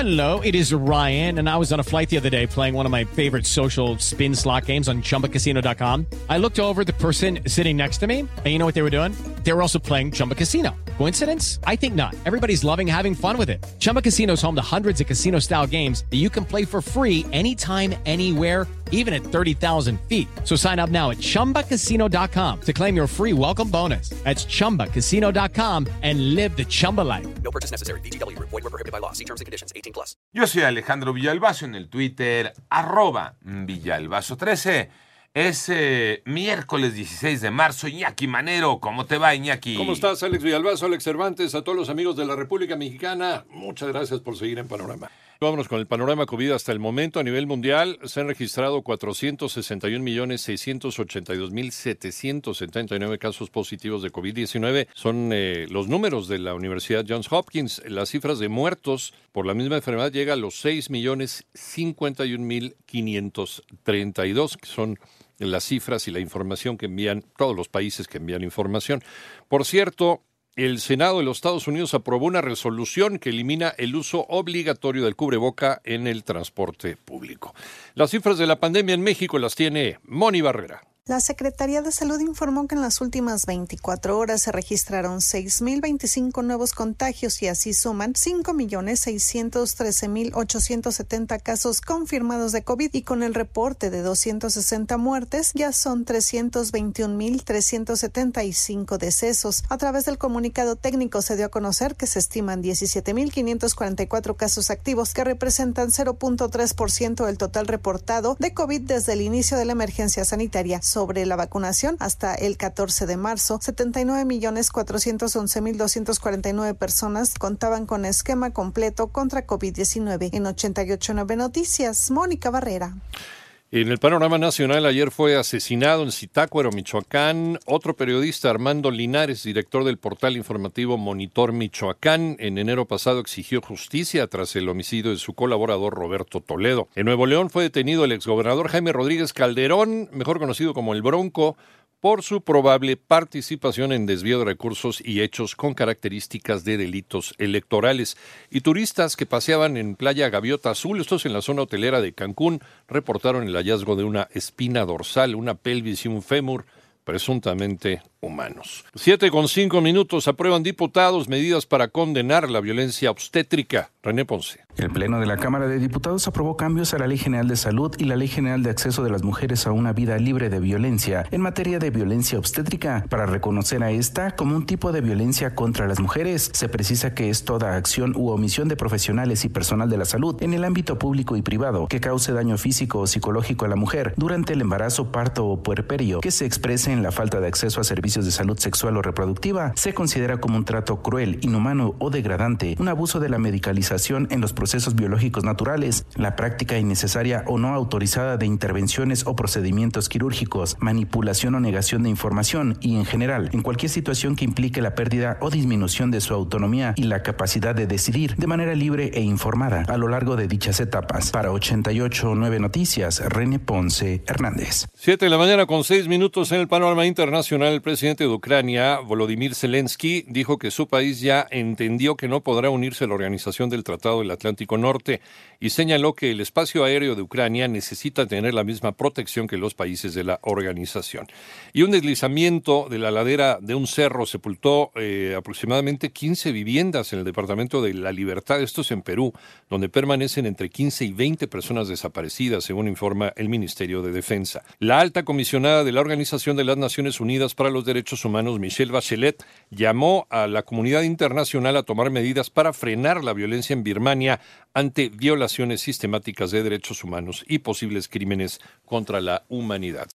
Hello, it is Ryan, and I was on a flight the other day playing one of my favorite social spin slot games on ChumbaCasino.com. I looked over at the person sitting next to me, and you know what they were doing? They were also playing Chumba Casino. Coincidence? I think not. Everybody's loving having fun with it. Chumba Casino is home to hundreds of casino-style games that you can play for free anytime, anywhere, even at 30,000 feet. So sign up now at ChumbaCasino.com to claim your free welcome bonus. That's ChumbaCasino.com and live the Chumba life. No purchase necessary. VGW. Void where prohibited by law. See terms and conditions. 18+. Yo soy Alejandro Villalbazo en el Twitter, @Villalbazo13. Es miércoles 16 de marzo. Iñaki Manero, ¿cómo te va, Iñaki? ¿Cómo estás, Alex Villalbazo, Alex Cervantes? A todos los amigos de la República Mexicana, muchas gracias por seguir en Panorama. Vámonos con el panorama COVID hasta el momento. A nivel mundial se han registrado 461.682.779 casos positivos de COVID-19. Son los números de la Universidad Johns Hopkins. Las cifras de muertos por la misma enfermedad llegan a los 6.051.532, que son las cifras y la información que envían todos los países que envían información. Por cierto, el Senado de los Estados Unidos aprobó una resolución que elimina el uso obligatorio del cubreboca en el transporte público. Las cifras de la pandemia en México las tiene Moni Barrera. La Secretaría de Salud informó que en las últimas 24 horas se registraron 6.025 nuevos contagios y así suman 5.613.870 casos confirmados de COVID, y con el reporte de 260 muertes ya son 321.375 decesos. A través del comunicado técnico se dio a conocer que se estiman 17.544 casos activos, que representan 0.3% del total reportado de COVID desde el inicio de la emergencia sanitaria. Sobre la vacunación, hasta el 14 de marzo, 79.411.249 personas contaban con esquema completo contra COVID-19. En 88.9 Noticias, Mónica Barrera. En el panorama nacional, ayer fue asesinado en Zitácuaro, Michoacán, otro periodista, Armando Linares, director del portal informativo Monitor Michoacán. En enero pasado exigió justicia tras el homicidio de su colaborador Roberto Toledo. En Nuevo León fue detenido el exgobernador Jaime Rodríguez Calderón, mejor conocido como el Bronco, por su probable participación en desvío de recursos y hechos con características de delitos electorales. Y turistas que paseaban en Playa Gaviota Azul, estos en la zona hotelera de Cancún, reportaron el hallazgo de una espina dorsal, una pelvis y un fémur presuntamente humanos. 7:05. Aprueban diputados medidas para condenar la violencia obstétrica. René Ponce. El Pleno de la Cámara de Diputados aprobó cambios a la Ley General de Salud y la Ley General de Acceso de las Mujeres a una Vida Libre de Violencia en materia de violencia obstétrica, para reconocer a esta como un tipo de violencia contra las mujeres. Se precisa que es toda acción u omisión de profesionales y personal de la salud en el ámbito público y privado que cause daño físico o psicológico a la mujer durante el embarazo, parto o puerperio, que se exprese en la falta de acceso a servicios de salud sexual o reproductiva, se considera como un trato cruel, inhumano o degradante, un abuso de la medicalización en los procesos biológicos naturales, la práctica innecesaria o no autorizada de intervenciones o procedimientos quirúrgicos, manipulación o negación de información y, en general, en cualquier situación que implique la pérdida o disminución de su autonomía y la capacidad de decidir de manera libre e informada a lo largo de dichas etapas. Para 88.9 Noticias, René Ponce Hernández. 7:06 en el panorama internacional. El presidente de Ucrania, Volodymyr Zelensky, dijo que su país ya entendió que no podrá unirse a la Organización del Tratado del Atlántico Norte y señaló que el espacio aéreo de Ucrania necesita tener la misma protección que los países de la organización. Y un deslizamiento de la ladera de un cerro sepultó aproximadamente 15 viviendas en el departamento de La Libertad, esto es en Perú, donde permanecen entre 15 y 20 personas desaparecidas, según informa el Ministerio de Defensa. La alta comisionada de la Organización de las Naciones Unidas para los Derechos Humanos, Michelle Bachelet, llamó a la comunidad internacional a tomar medidas para frenar la violencia en Birmania ante violaciones sistemáticas de derechos humanos y posibles crímenes contra la humanidad.